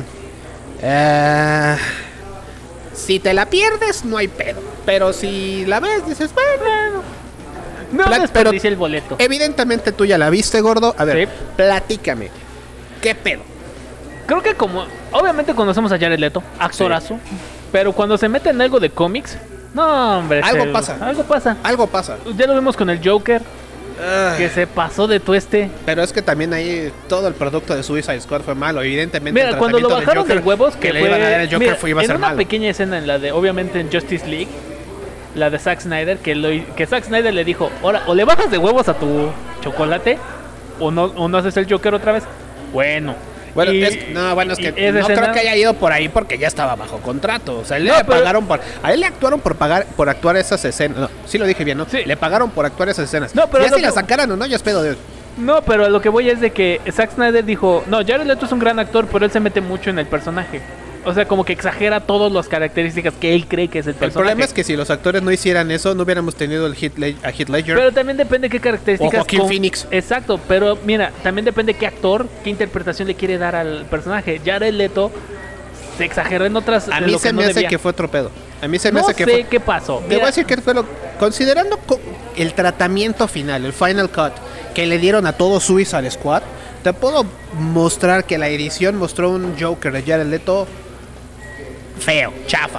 si te la pierdes, no hay pedo. Pero si la ves, dices, bueno... No Pero desperdicie el boleto. Evidentemente tú ya la viste, gordo. A ver, Sí. platícame. ¿Qué pedo? Creo que como... Obviamente conocemos a Jared Leto, actorazo. Pero cuando se mete en algo de cómics... No, hombre. Algo pasa. Algo pasa. Algo pasa. Ya lo vimos con el Joker, Ah. que se pasó de tueste. Pero es que también ahí todo el producto de Suicide Squad fue malo. Evidentemente, Mira, el cuando lo tratamiento bajaron del de Joker huevos, que le fue... iban a dar al Joker mira, iba a en ser una malo. pequeña escena en la de, obviamente, en Justice League, la de Zack Snyder, que Zack Snyder le dijo, ahora, o le bajas de huevos a tu chocolate, o no haces el Joker otra vez. Bueno. Bueno, Y- es que no y creo esa escena- que haya ido por ahí porque ya estaba bajo contrato. O sea, No, pero- a él le actuaron por actuar esas escenas. No, sí lo dije bien, ¿no? Sí. Le pagaron por actuar esas escenas. No, pero ya es lo si la que- sacaran o no, ya es pedo de... No, pero a lo que voy es de que Zack Snyder dijo, no, Jared Leto es un gran actor, pero él se mete mucho en el personaje. O sea, como que exagera todas las características que él cree que es el El personaje. problema es que si los actores no hicieran eso, no hubiéramos tenido a Heath Ledger. Pero también depende qué características... O Joaquin Phoenix. Exacto, pero mira, también depende qué actor, qué interpretación le quiere dar al personaje. Jared Leto se exageró en otras... A en mí lo se que me no hace debía. que fue otro pedo. A mí se me No hace que sé fue... qué pasó. Te voy Mira, a decir que fue considerando el tratamiento final, el final cut que le dieron a todo Suicide Squad, te puedo mostrar que la edición mostró un Joker de Jared Leto feo, chafa.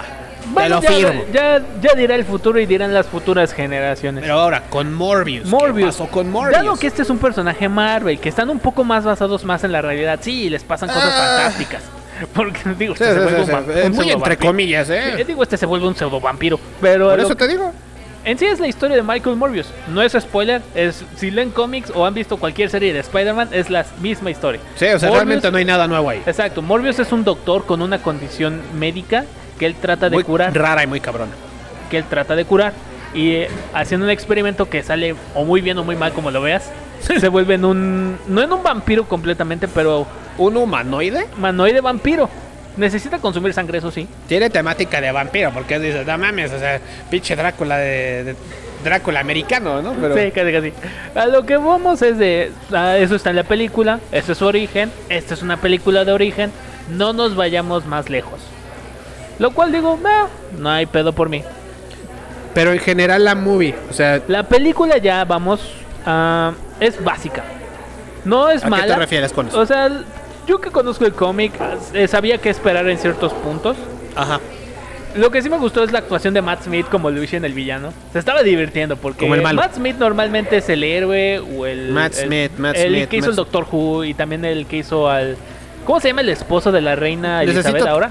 Te lo firmo. Ya dirá el futuro y dirán las futuras generaciones. Pero ahora, con Morbius. ¿Qué pasó con Morbius? Dado que este es un personaje Marvel, que están un poco más basados más en la realidad, sí, les pasan cosas fantásticas. Porque digo, este se vuelve un muy entre comillas, Digo, este se vuelve un pseudo vampiro. Pero por eso te digo. En sí es la historia de Michael Morbius. No es spoiler, si leen cómics o han visto cualquier serie de Spider-Man, es la misma historia. Sí, o sea, realmente no hay nada nuevo ahí. Exacto, Morbius es un doctor con una condición médica que él trata de curar. Rara y muy cabrona. Que él trata de curar. Y haciendo un experimento que sale o muy bien o muy mal, como lo veas, se vuelve en un... No en un vampiro completamente, pero... ¿Un humanoide? Humanoide vampiro. Necesita consumir sangre, eso sí. Tiene temática de vampiro, porque dices, no mames, o sea, pinche Drácula de Drácula americano, ¿no? Pero... Sí, casi. A lo que vamos es de... eso está en la película, este es su origen, esta es una película de origen, no nos vayamos más lejos. Lo cual digo, no hay pedo por mí. Pero en general la movie, o sea... La película ya, vamos, es básica. No es mala. ¿A qué te refieres con eso? O sea, yo que conozco el cómic, sabía qué esperar en ciertos puntos. Ajá. Lo que sí me gustó es la actuación de Matt Smith como Luigi en el villano. Se estaba divirtiendo porque como el malo. Matt Smith normalmente es el héroe o el... Matt Smith, el que hizo el Doctor Who y también el que hizo al... ¿Cómo se llama el esposo de la reina Elizabeth ahora?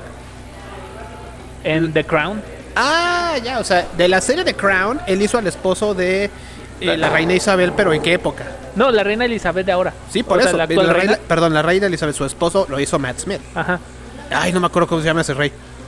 En The Crown. Ah, ya, o sea, de la serie The Crown, él hizo al esposo de la reina Isabel, pero ¿en qué época? No, la reina Elizabeth de ahora. Sí, por eso. La reina Elizabeth, su esposo, lo hizo Matt Smith. Ajá. Ay, no me acuerdo cómo se llama ese rey.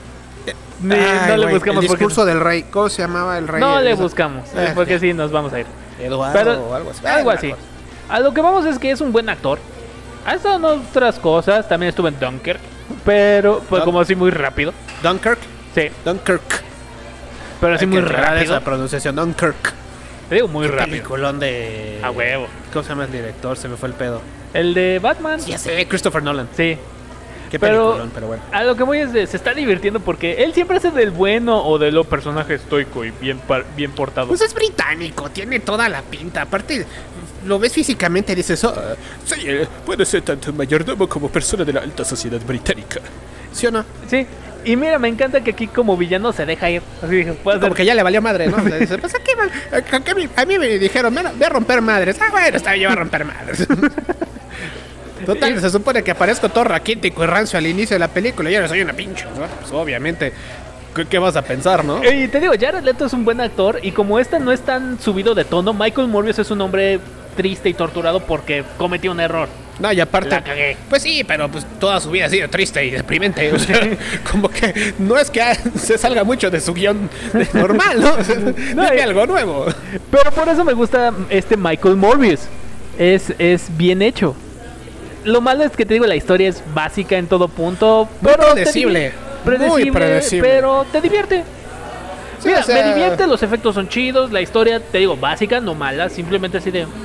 No le buscamos. El discurso del rey. ¿Cómo se llamaba el rey? No le buscamos, porque sí, nos vamos a ir. Eduardo o algo así. Algo así. A lo que vamos es que es un buen actor. Ha estado en otras cosas. También estuvo en Dunkirk. Pero fue como así muy rápido. ¿Dunkirk? Sí. Dunkirk. Pero así muy rápido. Esa pronunciación, Dunkirk. Te digo muy rápido. Peliculón de... A huevo. ¿Cómo se llama el director? Se me fue el pedo. El de Batman. Sí, ya sé, Christopher Nolan. Sí. Qué peliculón, pero bueno. A lo que voy es de... Se está divirtiendo porque él siempre hace del bueno o del personaje estoico y bien portado. Pues es británico, tiene toda la pinta. Aparte, lo ves físicamente y dices... sí, puede ser tanto mayordomo como persona de la alta sociedad británica. ¿Sí o no? Sí. Y mira, me encanta que aquí como villano se deja ir. Así como que ya le valió madre, ¿no? Le dice, pues aquí a mí me dijeron, voy a romper madres. Ah, bueno, está bien, yo voy a romper madres. Total, se supone que aparezco todo raquítico y rancio al inicio de la película y ahora soy una pinche, ¿no? Pues obviamente, ¿qué vas a pensar, no? Y te digo, Jared Leto es un buen actor y como no es tan subido de tono, Michael Morbius es un hombre triste y torturado porque cometió un error. No, y aparte, la cagué. Pues sí, pero pues toda su vida ha sido triste y deprimente. O sea, como que no es que se salga mucho de su guión normal, ¿no? No es algo nuevo. Pero por eso me gusta Michael Morbius. Es bien hecho. Lo malo es que te digo, la historia es básica en todo punto. Pero predecible. Muy predecible. Pero te divierte. Sí, mira, o sea, me divierte, los efectos son chidos, la historia, te digo, básica, no mala, simplemente así de...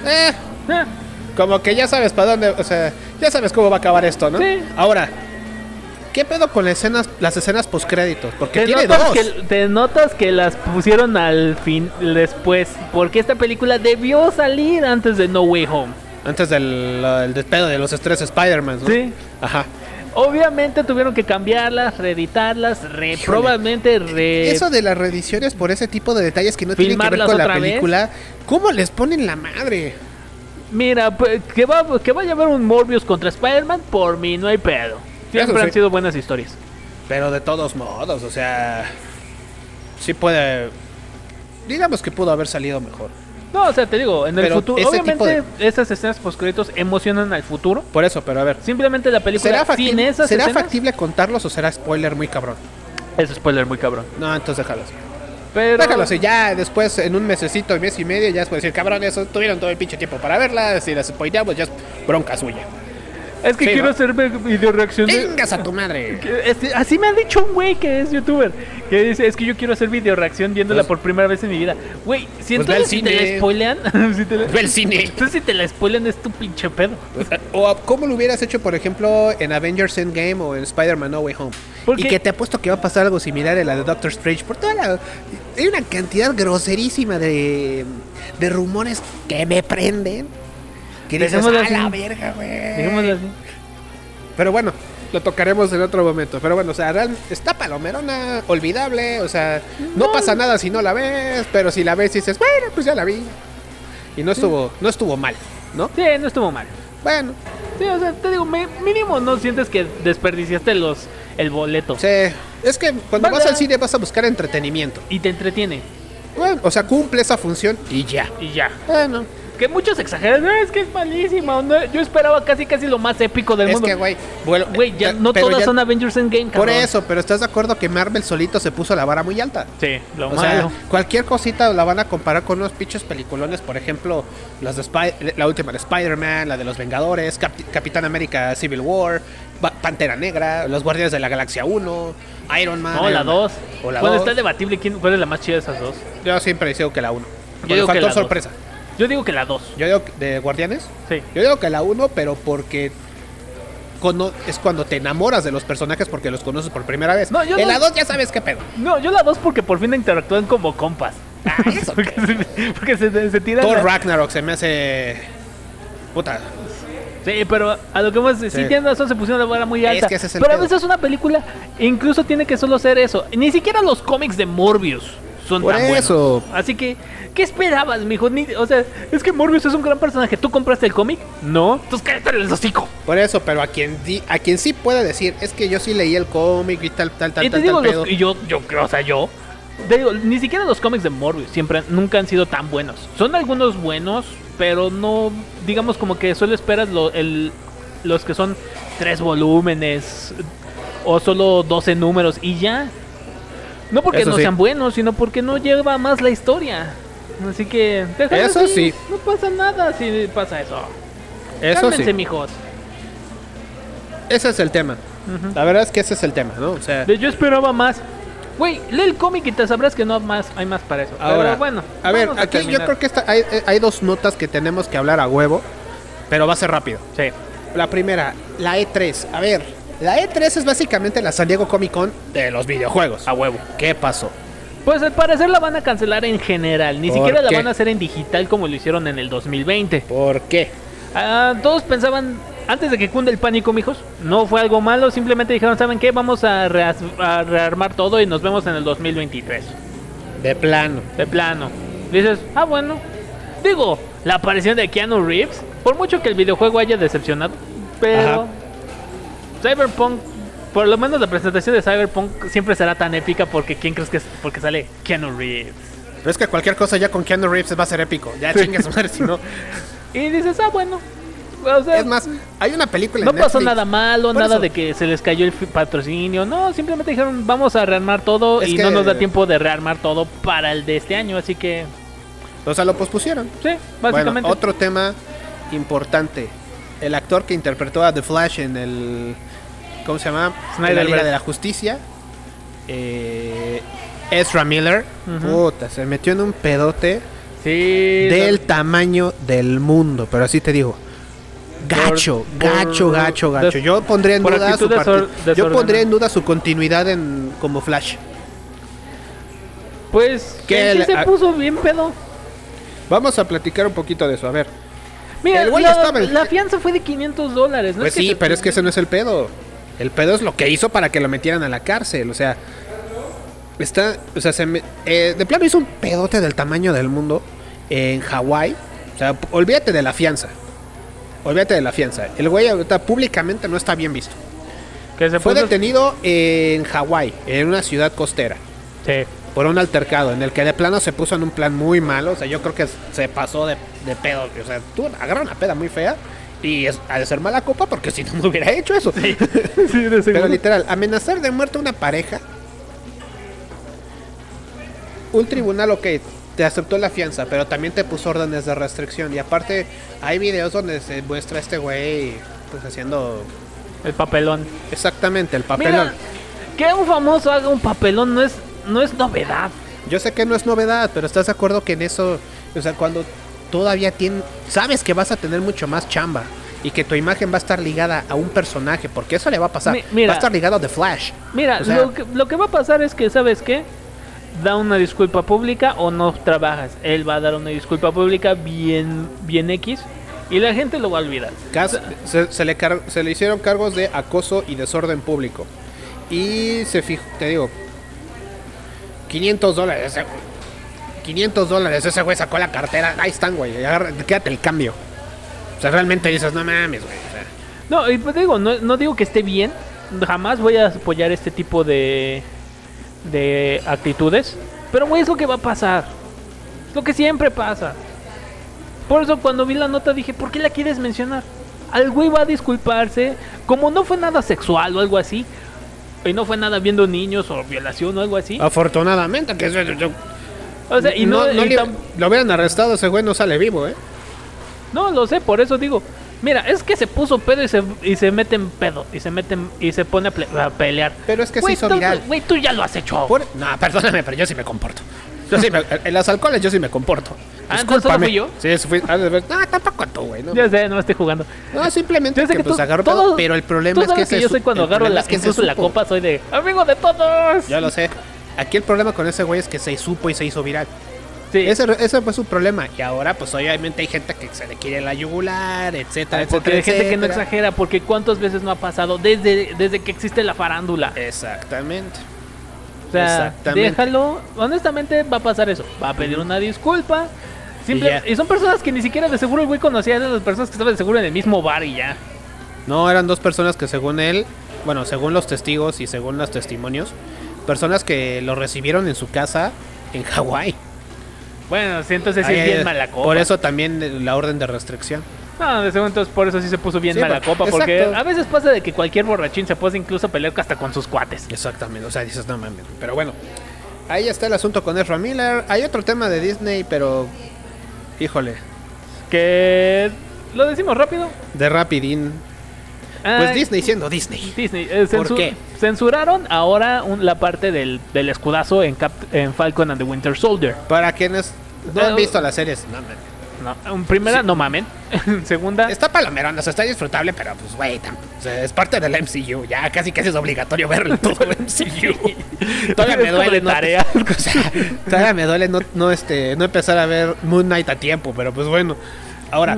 Como que ya sabes para dónde, o sea, ya sabes cómo va a acabar esto, ¿no? Sí. Ahora, ¿qué pedo con las escenas postcréditos? Porque tiene te notas que las pusieron al fin, después, porque esta película debió salir antes de No Way Home. Antes del despedo de los tres Spider-Man, ¿no? Sí. Ajá. Obviamente tuvieron que cambiarlas, reeditarlas, probablemente Eso de las reediciones por ese tipo de detalles que no tienen que ver con la película, ¿cómo les ponen la madre? Mira, pues, que vaya a haber un Morbius contra Spider-Man, por mí no hay pedo. Siempre han sido buenas historias. Pero de todos modos, o sea, sí puede... Digamos que pudo haber salido mejor. No, o sea, te digo, en el futuro, obviamente esas escenas postcréditos emocionan al futuro. Por eso, pero a ver. Simplemente la película sin esas ¿será escenas? factible contarlos o será spoiler muy cabrón? Es spoiler muy cabrón. No, entonces déjalo así. Pero... Déjalo así, ya después en un mesecito, mes y medio, ya se puede decir, cabrón, eso tuvieron todo el pinche tiempo para verla, si las spoileamos ya es bronca suya. Es que quiero hacer video reacción. ¡Vengas a tu madre! Así me ha dicho un güey que es youtuber. Que dice, es que yo quiero hacer video reacción viéndola por primera vez en mi vida. Güey, si pues entonces si te la spoilean... Ve el cine. Entonces si te la spoilean es tu pinche pedo. O ¿cómo lo hubieras hecho, por ejemplo, en Avengers Endgame o en Spider-Man No Way Home? Y que te apuesto que va a pasar algo similar en la de Doctor Strange. Por toda la... Hay una cantidad groserísima de rumores que me prenden. Que dices, a la verga, güey. Dejémoslo así. Pero bueno, lo tocaremos en otro momento. Pero bueno, o sea, está palomerona, olvidable. O sea, no pasa nada si no la ves. Pero si la ves dices, bueno, pues ya la vi. Y no estuvo mal, ¿no? Sí, no estuvo mal. Bueno. Sí, o sea, te digo, mínimo no sientes que desperdiciaste el boleto. Sí, es que cuando vas al cine vas a buscar entretenimiento. Y te entretiene. Bueno, o sea, cumple esa función y ya. Y ya. Bueno. Que muchos exageran, no, es que es malísima. No, yo esperaba casi lo más épico del mundo. Es que, güey, ya no todas son Avengers Endgame, cabrón. Por eso, pero ¿estás de acuerdo que Marvel solito se puso la vara muy alta? Sí, lo o malo. sea, cualquier cosita la van a comparar con unos pinches peliculones, por ejemplo, las de la última de Spider-Man, la de los Vengadores, Capitán América Civil War, Pantera Negra, Los Guardianes de la Galaxia 1, Iron Man. No, la 2. O la Bueno, 2. está debatible cuál es la más chida de esas dos. Yo siempre digo que la 1. Yo digo que Factor la sorpresa. Yo digo que la 2. Yo digo de Guardianes. Sí. Yo digo que la 1, pero porque es cuando te enamoras de los personajes porque los conoces por primera vez. No, en la 2 ya sabes qué pedo. No, yo la 2 porque por fin interactúan como compas. Eso. porque se tiran. Thor Ragnarok se me hace. Puta. Sí, pero a lo que más. Sí, tienes razón, se pusieron la vara muy alta. Es que ese es el pero pedo. a veces una película incluso tiene que solo ser eso. Ni siquiera los cómics de Morbius son Por tan eso. buenos. Así que, ¿qué esperabas, mijo? O sea, es que Morbius es un gran personaje. ¿Tú compraste el cómic? No. Entonces cállate el hocico. Por eso, pero a quien sí puede decir, es que yo sí leí el cómic y tal Y te digo, pedo. y yo creo, o sea, te digo, ni siquiera los cómics de Morbius nunca han sido tan buenos. Son algunos buenos, pero no, digamos como que solo esperas los que son 3 volúmenes o solo 12 números y ya. No porque Eso no sí. sean buenos, sino porque no lleva más la historia. Así que déjalo Eso así, sí. no pasa nada si pasa eso. Eso Cálmense, sí. mijos. Ese es el tema. La verdad es que ese es el tema, ¿no? O sea, Yo esperaba más. Güey, lee el cómic y te sabrás que no hay más para eso. ahora, Pero bueno, a ver, vamos aquí yo terminar. creo que hay 2 notas que tenemos que hablar a huevo, pero va a ser rápido. Sí. La primera, la E3. A ver, la E3 es básicamente la San Diego Comic Con de los videojuegos. A huevo. ¿Qué pasó? Pues al parecer la van a cancelar en general. Ni ¿Por siquiera qué? la van a hacer en digital como lo hicieron en el 2020. ¿Por qué? Todos pensaban, antes de que cunde el pánico, mijos, no fue algo malo. Simplemente dijeron, ¿saben qué? Vamos a rearmar todo y nos vemos en el 2023. De plano. De plano. Dices, bueno. Digo, la aparición de Keanu Reeves, por mucho que el videojuego haya decepcionado, pero Ajá. Cyberpunk, por lo menos la presentación de Cyberpunk siempre será tan épica porque ¿quién crees que es? Porque sale Keanu Reeves. Pero es que cualquier cosa ya con Keanu Reeves va a ser épico. Ya chingas madre, si no. Y dices, bueno. O sea, Es más, hay una película no en Netflix. pasó nada malo, Por nada eso. de que se les cayó el patrocinio. No, simplemente dijeron, vamos a rearmar todo Es y que- no nos da tiempo de rearmar todo para el de este año. Así que, O sea, lo pospusieron. sí, básicamente. Bueno, otro tema importante. El actor que interpretó a The Flash en el... ¿Cómo se llama? En la Liga Snyderverse. de la Justicia. Ezra Miller. Puta, se metió en un pedote Sí. del tamaño del mundo. Pero así te digo. Gacho. Yo pondría en por duda actitud yo desordenada. pondría en duda su continuidad como Flash. Pues, Que sí se el- puso bien pedo. Vamos a platicar un poquito de eso. A ver. Mira, el güey estaba en- la fianza fue de $500. ¿no? Pues sí, pero es que ese no es el pedo. El pedo es lo que hizo para que lo metieran a la cárcel. O sea, de plano hizo un pedote del tamaño del mundo en Hawái. O sea, olvídate de la fianza. El güey ahorita públicamente no está bien visto. Que se Fue puso- detenido en Hawái, en una ciudad costera, Sí. por un altercado en el que de plano se puso en un plan muy malo. O sea, yo creo que se pasó de pedo. O sea, tú agarra una peda muy fea y ha de ser mala copa porque si no me hubiera hecho eso. Sí, de seguro. Pero literal, amenazar de muerte a una pareja. Un tribunal, ok, te aceptó la fianza, pero también te puso órdenes de restricción. Y aparte, hay videos donde se muestra a este güey pues haciendo El papelón. exactamente el papelón. Mira, que un famoso haga un papelón no es novedad. Yo sé que no es novedad, pero ¿estás de acuerdo que en eso, o sea, cuando todavía sabes que vas a tener mucho más chamba y que tu imagen va a estar ligada a un personaje, porque eso le va a pasar, Mira. va a estar ligado a The Flash. Mira, O sea, lo que va a pasar es que, ¿sabes qué? Da una disculpa pública o no trabajas. Él va a dar una disculpa pública bien X. Y la gente lo va a olvidar. Se le hicieron cargos de acoso y desorden público. Y se fijó, te digo, $500. $500. Ese güey sacó la cartera. Ahí están, güey. Quédate el cambio. O sea, realmente dices, no mames, güey. O sea, No, y pues digo, no digo que esté bien. Jamás voy a apoyar este tipo de actitudes. Pero, güey, es lo que va a pasar. Es lo que siempre pasa. Por eso cuando vi la nota dije, ¿por qué la quieres mencionar? Al güey va a disculparse. Como no fue nada sexual o algo así. Y no fue nada viendo niños o violación o algo así. afortunadamente, que O sea, y lo hubieran arrestado, ese güey no sale vivo, ¿eh? No, lo sé, por eso digo. Mira, es que se puso pedo y se mete en pedo. Y se pone a pelear. Pero es que Güey, se hizo viral. Güey, tú ya lo has hecho. No, perdóname, pero yo sí me comporto. En las alcoholes yo sí me comporto. ¿Entonces solo fui yo? Sí, eso fui. No, tampoco tú, güey. No. Ya sé, no estoy jugando. No, simplemente Yo sé que pues agarro todos, todo, pero el problema es que yo soy cuando agarro incluso la copa, soy de amigo de todos. Ya lo sé. Aquí el problema con ese güey es que se supo y se hizo viral. Sí. Ese fue su problema. Y ahora, pues obviamente hay gente que se le quiere la yugular, etcétera, Porque hay gente que no etcétera. exagera, porque cuántas veces no ha pasado desde que existe la farándula. Exactamente. O sea, Exactamente. déjalo. Honestamente va a pasar eso. Va a pedir una disculpa. Y son personas que ni siquiera de seguro el güey conocía. Eran las personas que estaban de seguro en el mismo bar y ya. No, eran dos personas que según él, bueno, según los testigos y según los testimonios, personas que lo recibieron en su casa en Hawái. Bueno, sí, entonces sí es bien mala copa. Por eso también la orden de restricción. No, de seguro entonces por eso sí se puso bien Sí, mala copa. Porque exacto. a veces pasa de que cualquier borrachín se puede incluso pelear hasta con sus cuates. Exactamente, o sea, dices, no mames. Pero bueno, ahí está el asunto con Ezra Miller. Hay otro tema de Disney, pero híjole, Que lo decimos rápido. de rapidín. Pues Disney siendo Disney. Disney ¿Por qué? Censuraron ahora la parte del escudazo en Falcon and the Winter Soldier. Para quienes no han visto las series, no, hombre. No, primera, Sí. no mamen. Segunda, Está palomerón, o sea, está disfrutable, pero pues, güey, o sea, es parte del MCU. Ya casi es obligatorio verlo todo el MCU. Todavía me Es como duele, de ¿no? tarea. O sea, todavía me duele no empezar a ver Moon Knight a tiempo, pero pues bueno. Ahora,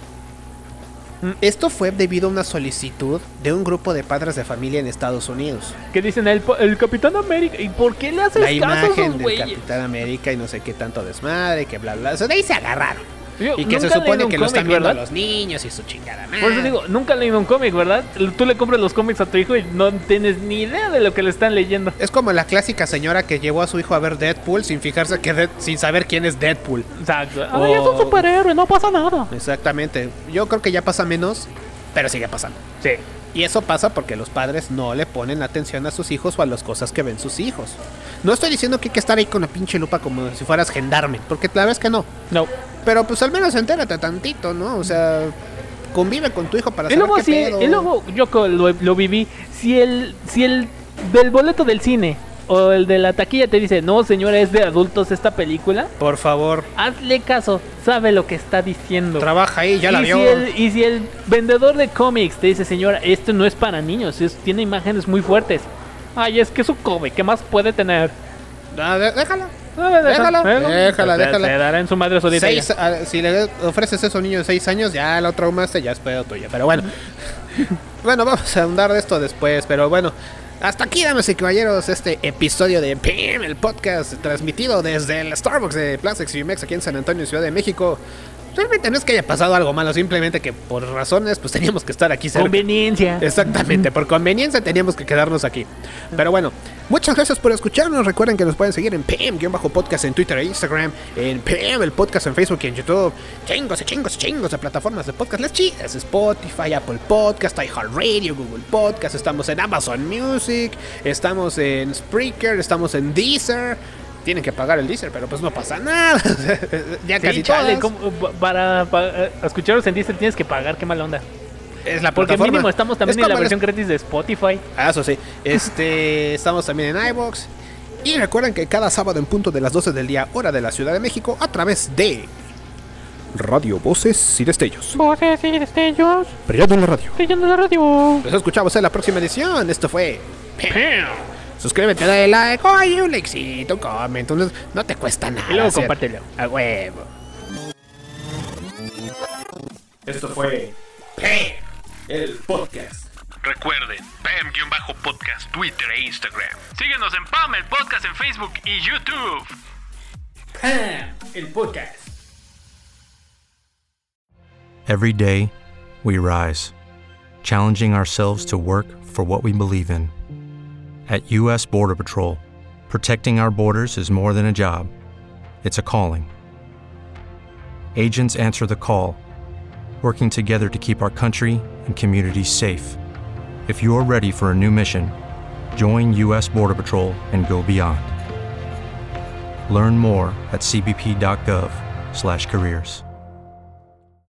esto fue debido a una solicitud de un grupo de padres de familia en Estados Unidos. que dicen el Capitán América. ¿Y por qué le haces La caso a imagen esos del güeyes? Capitán América y no sé qué tanto desmadre, que bla, bla. O sea, de ahí se agarraron. Yo Y que se nunca he supone leído que un lo están cómic, viendo ¿verdad? los niños y su chingada madre. Por eso digo, nunca he leído un cómic, ¿verdad? Tú le compras los cómics a tu hijo y no tienes ni idea de lo que le están leyendo. Es como la clásica señora que llevó a su hijo a ver Deadpool sin fijarse sin saber quién es Deadpool. Exacto. Oh. Ay, es un superhéroe, no pasa nada. Exactamente. Yo creo que ya pasa menos, pero sigue pasando. Sí. Y eso pasa porque los padres no le ponen atención a sus hijos o a las cosas que ven sus hijos. No estoy diciendo que hay que estar ahí con la pinche lupa como si fueras gendarme, porque la verdad es que no. No. Pero pues al menos entérate tantito, ¿no? O sea, convive con tu hijo para Y saber luego, qué pedo. y luego yo lo viví. Si el del boleto del cine o el de la taquilla te dice, no, señora, es de adultos esta película, Por favor, hazle caso, sabe lo que está diciendo. trabaja ahí, ya la y vio. y si el vendedor de cómics te dice, señora, esto no es para niños, tiene imágenes muy fuertes. Ay, es que es un cómic, ¿qué más puede tener? Déjala. Déjala. Déjala. Se dará en su madre solita. Si le ofreces eso a un niño de 6 años, ya lo traumaste, ya es pedo tuyo. Pero bueno. Bueno, vamos a ahondar de esto después. Pero bueno, hasta aquí, damas y caballeros, este episodio de PM, el podcast transmitido desde el Starbucks de Plaza XUMX aquí en San Antonio, Ciudad de México. Realmente no es que haya pasado algo malo, simplemente que por razones pues teníamos que estar aquí cerca. Conveniencia. Exactamente, por conveniencia teníamos que quedarnos aquí. Pero bueno, muchas gracias por escucharnos. Recuerden que nos pueden seguir en PM-podcast en Twitter e Instagram, en PM el podcast en Facebook y en YouTube. Chingos de plataformas de podcast. Las chidas, Spotify, Apple Podcast, iHeartRadio, Google Podcast. Estamos en Amazon Music, estamos en Spreaker, estamos en Deezer. Tienen que pagar el Deezer, pero pues no pasa nada. Ya Sí, casi chale, todas. para escucharlos en Disney tienes que pagar, qué mala onda. Es la Porque plataforma. mínimo estamos también Es en la como versión gratis de Spotify. Ah, eso sí. Estamos también en iVoox. Y recuerden que cada sábado en punto de las 12 del día, hora de la Ciudad de México, a través de Radio Voces y Destellos. Voces y destellos, Brillando en la radio. brillando la radio. Nos escuchamos en la próxima edición. Esto fue Suscríbete, dale like, oye, un likecito, comenta. No te cuesta nada. Y luego hacer. compártelo. A huevo. Esto fue PAM, el podcast. Recuerden, PAM-podcast, Twitter e Instagram. Síguenos en PAM, el podcast en Facebook y YouTube. PAM, el podcast. Every day, we rise, challenging ourselves to work for what we believe in. At U.S. Border Patrol, protecting our borders is more than a job. It's a calling. Agents answer the call, working together to keep our country and communities safe. If you're ready for a new mission, join U.S. Border Patrol and go beyond. Learn more at cbp.gov/careers.